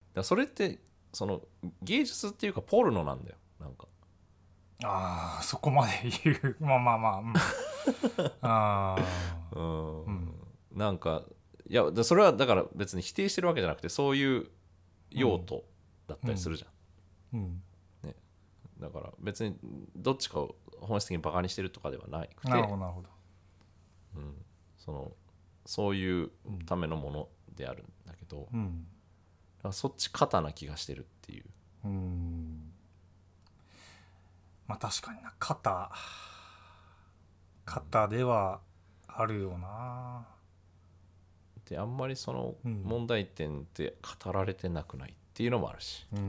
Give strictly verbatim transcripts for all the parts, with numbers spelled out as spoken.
らそれってその芸術っていうかポルノなんだよなんか。 ああそこまで言うまあまあまあ、うん、あうーん、 うん、 なんかいやそれはだから別に否定してるわけじゃなくてそういう用途だったりするじゃん、 うん、 ね、だから別にどっちかを本質的にバカにしてるとかではなくなるほて、 どなるほど、 うん、そのそういうためのものであるんだけど、 うん、 だからそっち肩な気がしてるっていう。 うん、まあ確かにな肩肩ではあるよな。 であんまりそのうん問題点って語られてなくないっていうのもあるし、 うん、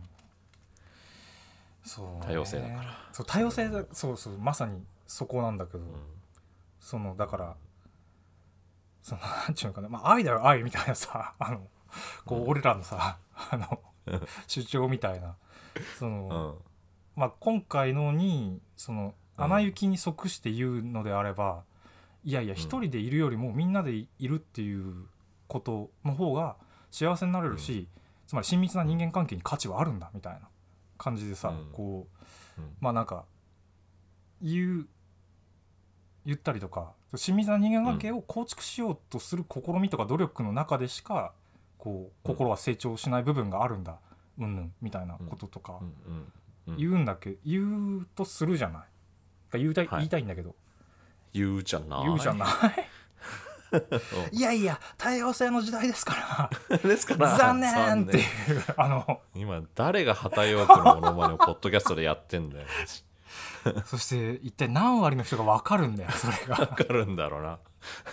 そうね、 多様性だからそう多様性だ、そうそうまさにそこなんだけど、 うんそのだからそのなんちゅうのかな、まあ愛だよ愛みたいなさあのこう俺らのさあの主張みたいなその、 うんまあ今回のにそのうん穴行きに即して言うのであれば、いやいやうん一人でいるよりもみんなでいるっていうことの方が幸せになれるし、つまり親密な人間関係に価値はあるんだみたいな感じでさ、 うんこううんまあなんか言う言ったりとか親密な人間関係を構築しようとする試みとか努力の中でしかこう心は成長しない部分があるんだうんぬんみたいなこととかうんうんうん言うんだけど言うとするじゃない言うたい、 はい言いたいんだけど言うじゃない言うじゃないいやいや多様性の時代ですからですから残念っていうあの今誰が旗ヨークのモノマネをポッドキャストでやってんだよそして一体何割の人が分かるんだよそれがわかるんだろうな。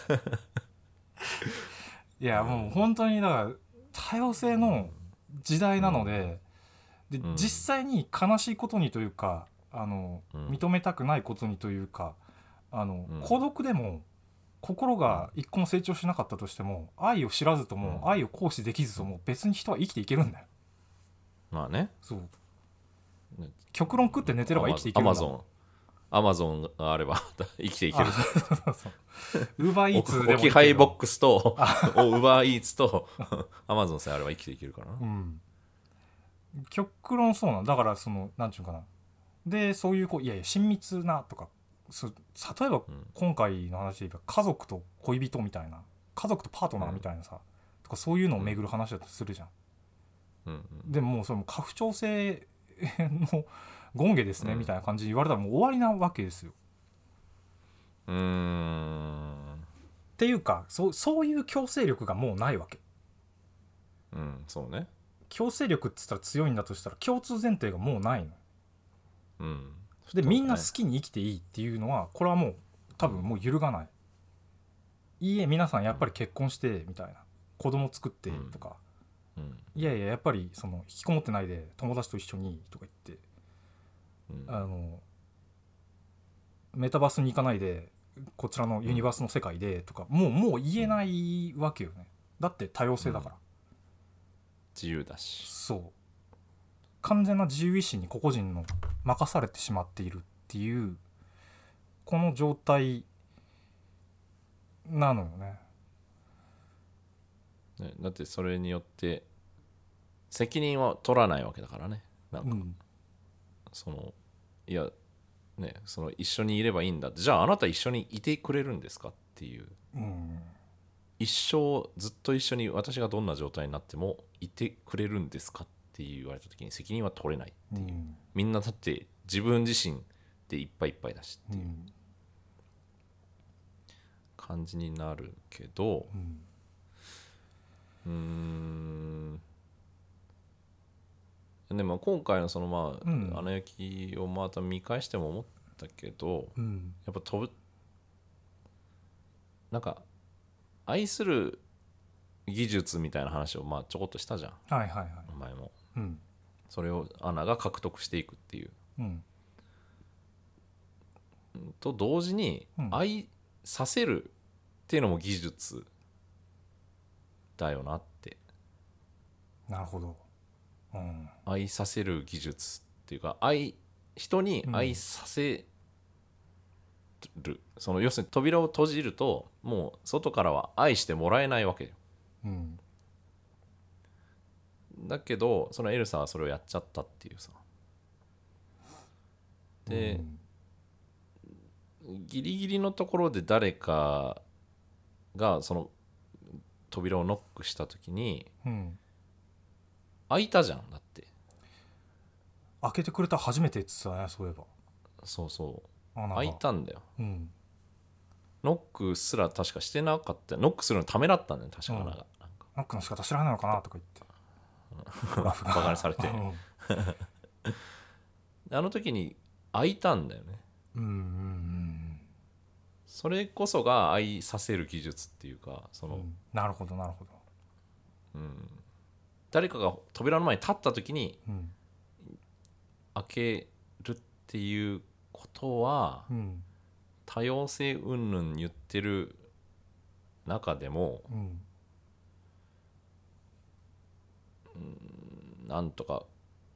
いやもう本当にだから多様性の時代なので、で、 うん、 実際に悲しいことにというかあの、 うん、 認めたくないことにというかあの、 うん、 孤独でも心が一個も成長しなかったとしても愛を知らずとも、 うん、 愛を行使できずとも別に人は生きていけるんだよ。 まあね。 そう極論食って寝てれば生きていけるんだもん。 アマゾンがあれば生きていける。 ウーバーイーツでもいいけど置き配ボックスとウーバーイーツとアマゾンさえあれば生きていけるからな、 うん、極論そうなんだからそのなんちゅうかなでそういうこういやいや親密なとかそ例えば今回の話で言えば家族と恋人みたいな家族とパートナーみたいなさ、うん、とかそういうのを巡る話だとするじゃん、うんうん、でももうその家父長制の権下ですね、うん、みたいな感じで言われたらもう終わりなわけですよ。 うーんっていうか そ, そういう強制力がもうないわけ。 うんそうね。 強制力って言ったら強いんだとしたら共通前提がもうないの。 うん、 でみんな好きに生きていいっていうのはこれはもう多分もう揺るがない、うん、いいえ皆さんやっぱり結婚してみたいな子供作ってとか、うんうん、いやいややっぱりその引きこもってないで友達と一緒にとか言って、うん、あのメタバースに行かないでこちらのユニバースの世界でとか、うん、もうもう言えないわけよね。だって多様性だから、うん、 自由だしそう完全な自由意志に個々人の任されてしまっているっていうこの状態なのよね。 ねだってそれによって責任は取らないわけだからね。なんか、うん、そのいやねその一緒にいればいいんだってじゃああなた一緒にいてくれるんですかっていう、うん、一生ずっと一緒に私がどんな状態になってもいてくれるんですかって言われた時に責任は取れないっていう、うん、みんなだって自分自身でいっぱいいっぱいだしっていう感じになるけど、うん、うーんでも今回のそのまあ、うん、アナ雪をまた見返しても思ったけど、うん、やっぱ飛ぶなんか愛する技術みたいな話をまあちょこっとしたじゃん、 はいはいはい、 前も、 うん、 それをアナが獲得していくっていう、うん、と同時に愛させるっていうのも技術だよなって。 なるほど、 うん、愛させる技術っていうか愛人に愛させる、うん、その要するに扉を閉じるともう外からは愛してもらえないわけよ、うん、 だけどそのエルサはそれをやっちゃったっていうさで、うん、ギリギリのところで誰かがその扉をノックした時に、うん、開いたじゃん。だって開けてくれた初めてって言ってたね。そういえばそうそう開いたんだよ、うん、ノックすら確かしてなかった。ノックするのためだったんだよ確か、うん、なんかノックの仕方知らないのかなとか言ってバカにされてあの時に開いたんだよね。うんうんうん、それこそが愛させる技術っていうかその、うん、 なるほどなるほど、 うん、誰かが扉の前に立った時に、うん、開けるっていうことは、うん、多様性云々言ってる中でも、うんうん、なんとか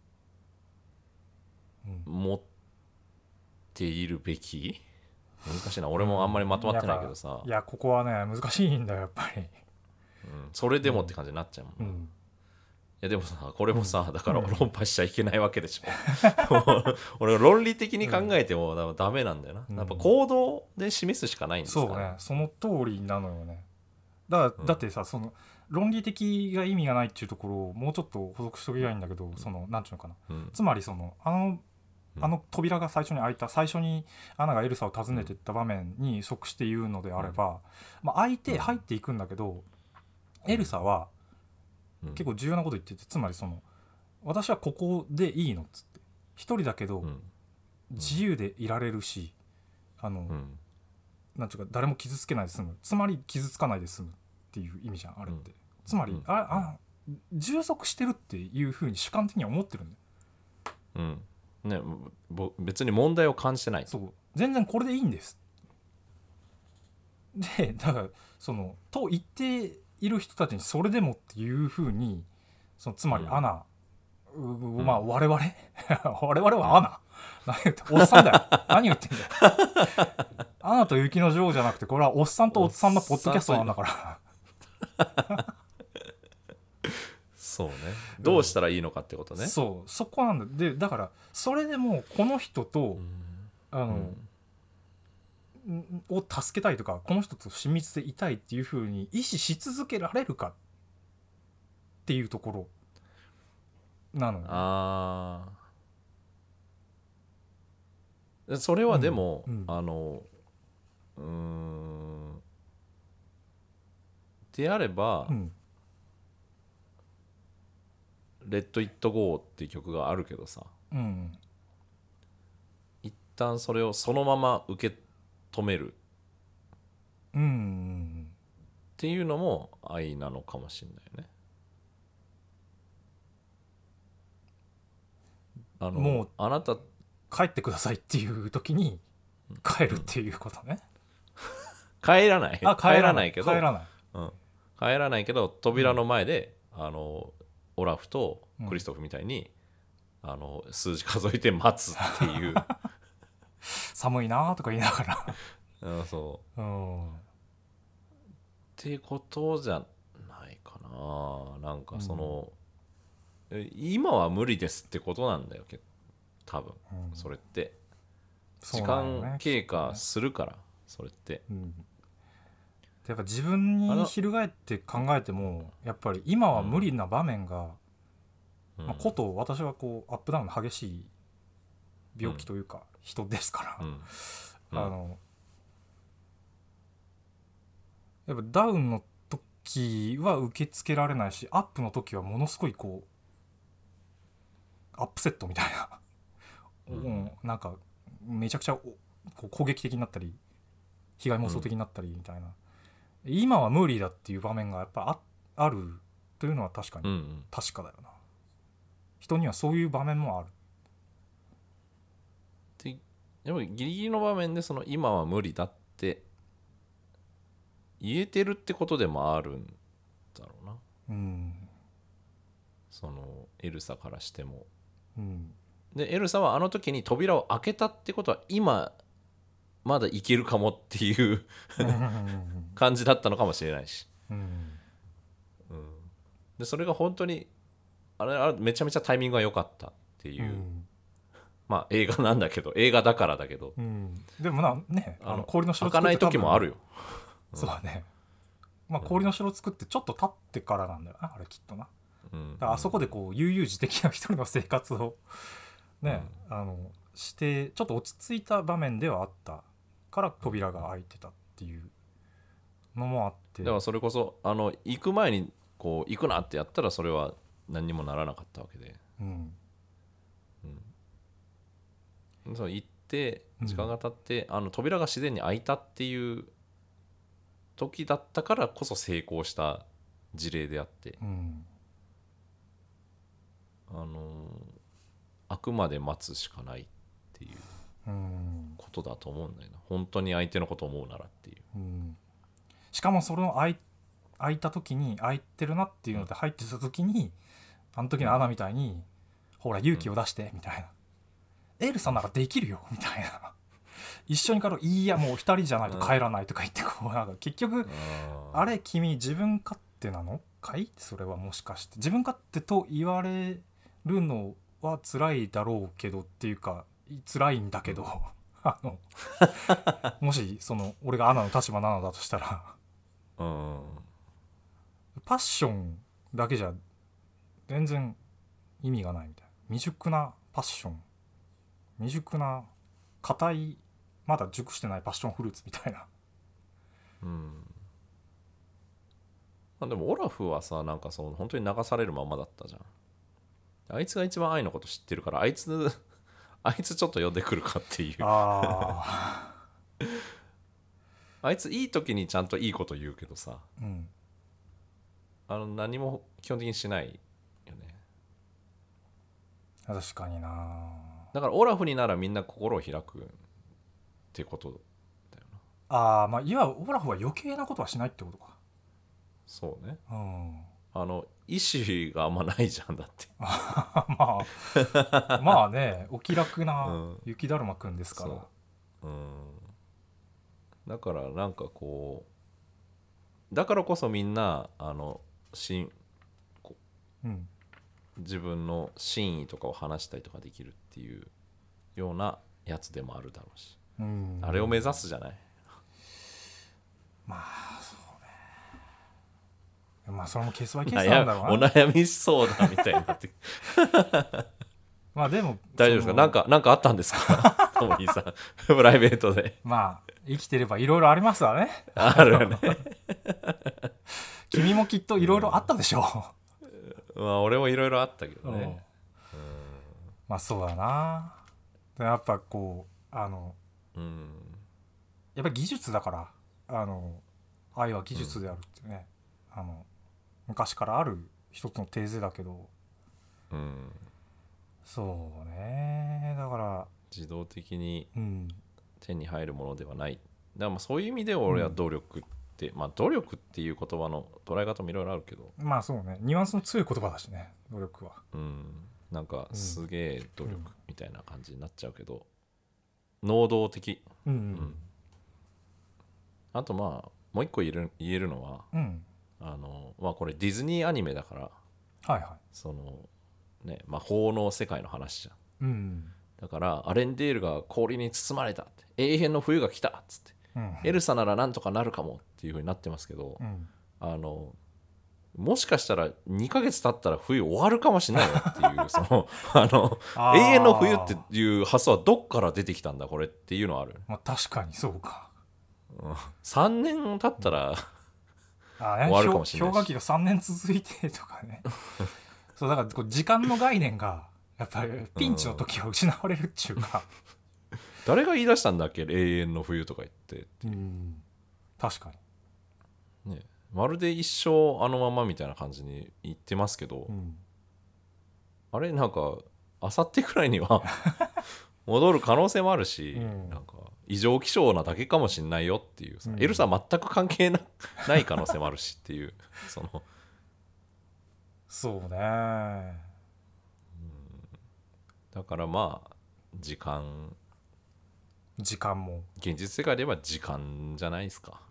持っているべき、難しいな。俺もあんまりまとまってないけどさ、 いやここはね難しいんだよやっぱり、うん、 それでもって感じになっちゃうもん、うん、いやでもさこれもさ、うん、だから論破しちゃいけないわけでしょ、うん、俺が論理的に考えてもダメなんだよな、うん、やっぱ行動で示すしかないんですかね。 そうね、その通りなのよね。だから、うん、だってさその論理的が意味がないっていうところをもうちょっと補足しときたいんだけど、うん、そのなんていうのかな、うん、つまりそのあのあの扉が最初に開いた、最初にアナがエルサを訪ねていった場面に即して言うのであれば、まあ、開いて入っていくんだけど、エルサは結構重要なこと言ってて、つまりその私はここでいいのっつって、一人だけど自由でいられるし、あのなんていうか誰も傷つけないで済む、つまり傷つかないで済むっていう意味じゃんあれって。つまりああ充足してるっていう風に主観的には思ってるんだよ。 うんね、別に問題を感じてない。 そう全然これでいいんです。でだからそのと言っている人たちにそれでもっていう風にそのつまりアナ、うん、まあ我々我々はアナ、うん、何言っておっさんだよ何言ってんだよアナと雪の女王じゃなくてこれはおっさんとおっさんのポッドキャストなんだからそうね、どうしたらいいのかってことね、うん、 そうそこなんだ。でだからそれでもこの人と、うん、あの、うん、を助けたいとかこの人と親密でいたいっていう風に意思し続けられるかっていうところなのよ、ね、ああそれはでも、うんうん、あのうーんであれば、うんレッド・イット・ゴーっていう曲があるけどさ、うん、一旦それをそのまま受け止める、うん、っていうのも愛なのかもしれないね。あのもうあなた帰ってくださいっていう時に帰るっていうことね、 うん、帰らないあ帰らないけど帰らない、 うん、帰らないけど扉の前で、うん、あのオラフとクリストフみたいに、うん、あの数字数えて待つっていう寒いなとか言いながらあそう、うん、ってことじゃないかな。なんかその、うん、今は無理ですってことなんだよ多分、うん、それって時間経過するから、それって、うん、 やっぱ自分に翻って考えてもやっぱり今は無理な場面が、うんまあ、こと私はこうアップダウンの激しい病気というか人ですから、うんうん、あのやっぱダウンの時は受け付けられないしアップの時はものすごいこうアップセットみたいな、うんうん、なんかめちゃくちゃこう攻撃的になったり被害妄想的になったりみたいな、うん、今は無理だっていう場面がやっぱ あ, あるというのは確かに、うんうん、確かだよな。人にはそういう場面もある。 で, でもギリギリの場面でその今は無理だって言えてるってことでもあるんだろうな、うん、そのエルサからしても、うん、でエルサはあの時に扉を開けたってことは今まだいけるかもっていう感じだったのかもしれないし、うんうん、でそれが本当にあれあれめちゃめちゃタイミングが良かったっていう、 うん、 まあ映画なんだけど映画だからだけど、 うん、でもなねあの氷の城開かない時もあるよ、 よ、 うん、そうだね、まあ、氷の城作ってちょっと経ってからなんだよなあれきっとな、 うん、 だからあそこでこう悠々自適な一人の生活をね、うん、あのしてちょっと落ち着いた場面ではあったから扉が開いてたっていうのもあって、 だからそれこそあの行く前にこう行くなってやったらそれは何にもならなかったわけで、うんうん、そう行って時間が経って、うん、あの扉が自然に開いたっていう時だったからこそ成功した事例であって、うん、あのあくまで待つしかないっていうことだと思うんだよな、本当に相手のことを思うならっていう、うん、 しかもその開い開いた時に開いてるなっていうので入ってた時に、あの時のアナみたいに、うん、ほら勇気を出してみたいな、うん、エルサならできるよみたいな一緒にからいいやもう二人じゃないと帰らないとか言ってこうなんか結局あれ君自分勝手なのかい、それはもしかして自分勝手と言われるのは辛いだろうけどっていうか辛いんだけど、うん、あのもしその俺がアナの立場なのだとしたら、うん、パッションだけじゃ全然意味がないみたいな、未熟なパッション、未熟な硬いまだ熟してないパッションフルーツみたいな、 うん、まあ、でもオラフはさなんかその本当に流されるままだったじゃん。あいつが一番愛のこと知ってるからあいつあいつちょっと呼んでくるかっていう、ああいついい時にちゃんといいこと言うけどさ、うん、あの何も基本的にしないよね。 確かにな。 だからオラフにならみんな心を開くってことだよな。ああ、まあいわばオラフは余計なことはしないってことか。 そうね、うん、あの意思があんまないじゃんだってまあまあねお気楽な雪だるまくんですから、うん、うん、 だからなんかこうだからこそみんなあのしんこ、うん、自分の真意とかを話したりとかできるっていうようなやつでもあるだろうし、うん、あれを目指すじゃない。 まあそうね、まあそれもケースバイケースなんだろうな。 お悩みしそうだみたいになってまあでも大丈夫ですか、なんかなんかあったんですかトモリーさんプライベートで。 まあ生きてればいろいろありますわね。 あるよね君もきっといろいろあったでしょう、うん、まあ俺もいろいろあったけどね、うん、 まあそうだな。やっぱこうあの、うん、やっぱり技術だからあの愛は技術であるってね、うん、あの昔からある一つのテーゼだけど、うん、そうね、だから自動的に手に入るものではない、だからまあそういう意味で俺は努力って、うん、まあ努力っていう言葉の捉え方もいろいろあるけど、 まあそうね、ニュアンスの強い言葉だしね努力は、 うん、なんかすげえ努力みたいな感じになっちゃうけど、うん、能動的、うんうんうん、あとまあもう一個言える、言えるのは、うん、あのまあこれディズニーアニメだから、はいはい、そのね魔法の世界の話じゃん、うん、だからアレンデールが氷に包まれたって永遠の冬が来たっつって、うん、エルサならなんとかなるかもっていう風になってますけど、うん、あのもしかしたらにかげつ経ったら冬終わるかもしれないよっていうそのあの永遠の冬っていう発想はどっから出てきたんだこれっていうのはあるよね、 まあ、確かにそうか、 うん、さんねん経ったら、うん、あ、ね、終わるかもしれないし、 氷河期がさんねん続いてとかねそうだからこう時間の概念がやっぱりピンチの時は失われるっちゅうか、 うん、誰が言い出したんだっけ永遠の冬とか言って、 うん、確かにね、まるで一生あのままみたいな感じに言ってますけど、うん、あれなんかあさってくらいには戻る可能性もあるし、うん、なんか異常気象なだけかもしんないよっていうさ、うん、エルサ全く関係 な, ない可能性もあるしっていうそのそうね、うん、 だからまあ時間時間も現実世界で言えば時間じゃないですか、うん、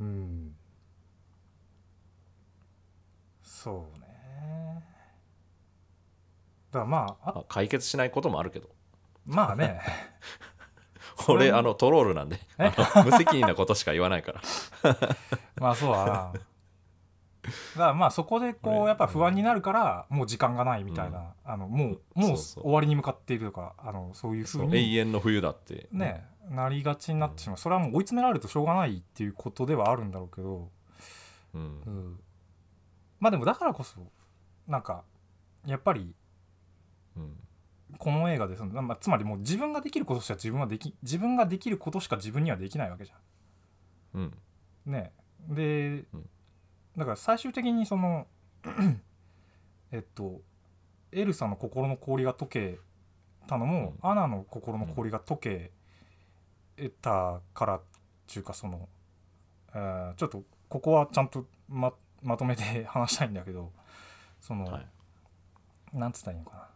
そうね。 からまあ、あまあ、解決しないこともあるけどまあね俺あのトロールなんであの無責任なことしか言わないからまあそうだな。だからまあそこでこうやっぱ不安になるからもう時間がないみたいな、うん、あのもうもう終わりに向かっているとか、あのそういうふうに永遠の冬だってねなりがちになってしまう。それはもう追い詰められるとしょうがないっていうことではあるんだろうけど、 うんうん、まあでもだからこそなんかやっぱり、うん、この映画でその、まあ、つまりもう自分ができることしか自分はでき自分ができることしか自分にはできないわけじゃん。うん、ねで、うん、だから最終的にそのえっとエルサの心の氷が溶けたのも、うん、アナの心の氷が溶けたからっていうかその、えー、ちょっとここはちゃんと ま, まとめて話したいんだけど、その、はい、なんつったらいいのか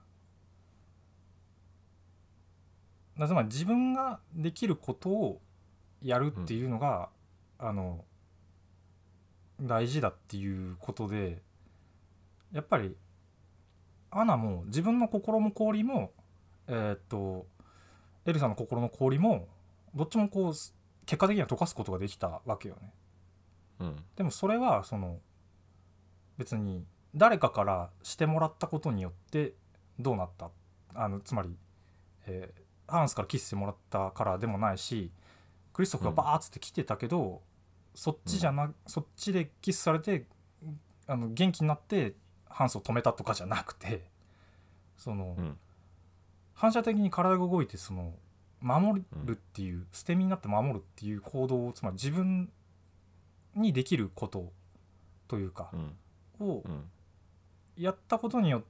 な。つまり自分ができることをやるっていうのが、うん、あの大事だっていうことで、やっぱりアナも自分の心の氷もえー、っとエルサの心の氷もどっちもこう結果的には溶かすことができたわけよね。うん、でもそれはその別に誰かからしてもらったことによってどうなったあのつまり、えー、ハンスからキスしてもらったからでもないし、クリストフがバーッつって来てたけど、うん、そっちじゃな、うん、そっちでキスされてあの元気になってハンスを止めたとかじゃなくて、その、うん、反射的に体が動いてその守るっていう、うん、捨て身になって守るっていう行動を、つまり自分にできることというか、うん、をやったことによって、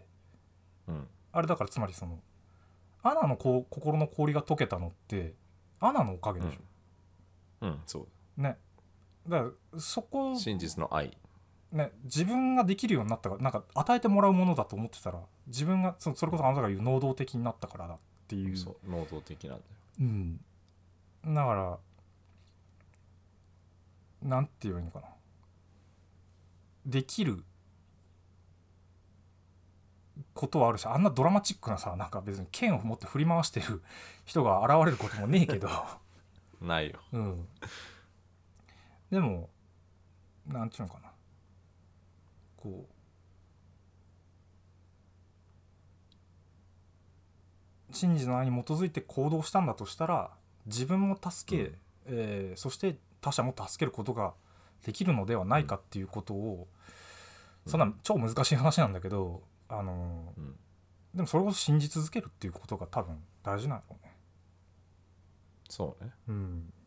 うん、あれだからつまりそのアナのこう心の氷が溶けたのってアナのおかげでしょ。 うん、うん、そうね。だからそこ真実の愛ね、自分ができるようになったから、なんか与えてもらうものだと思ってたら、自分が そ, それこそあなたが言う能動的になったからだっていう。 そう能動的なんだよ。 うん。だからなんて言えばいいのかな、できることはあるし、あんなドラマチックなさ、なんか別に剣を持って振り回してる人が現れることもねえけどないよ。 うん。でもなんていうのかな、こう真実の愛に基づいて行動したんだとしたら、自分も助け、うん、えー、そして他者も助けることができるのではないかっていうことを、うん、そんな超難しい話なんだけど、あのーうん、でもそれを信じ続けるっていうことが多分大事なんだろうね。 そうね。 うん。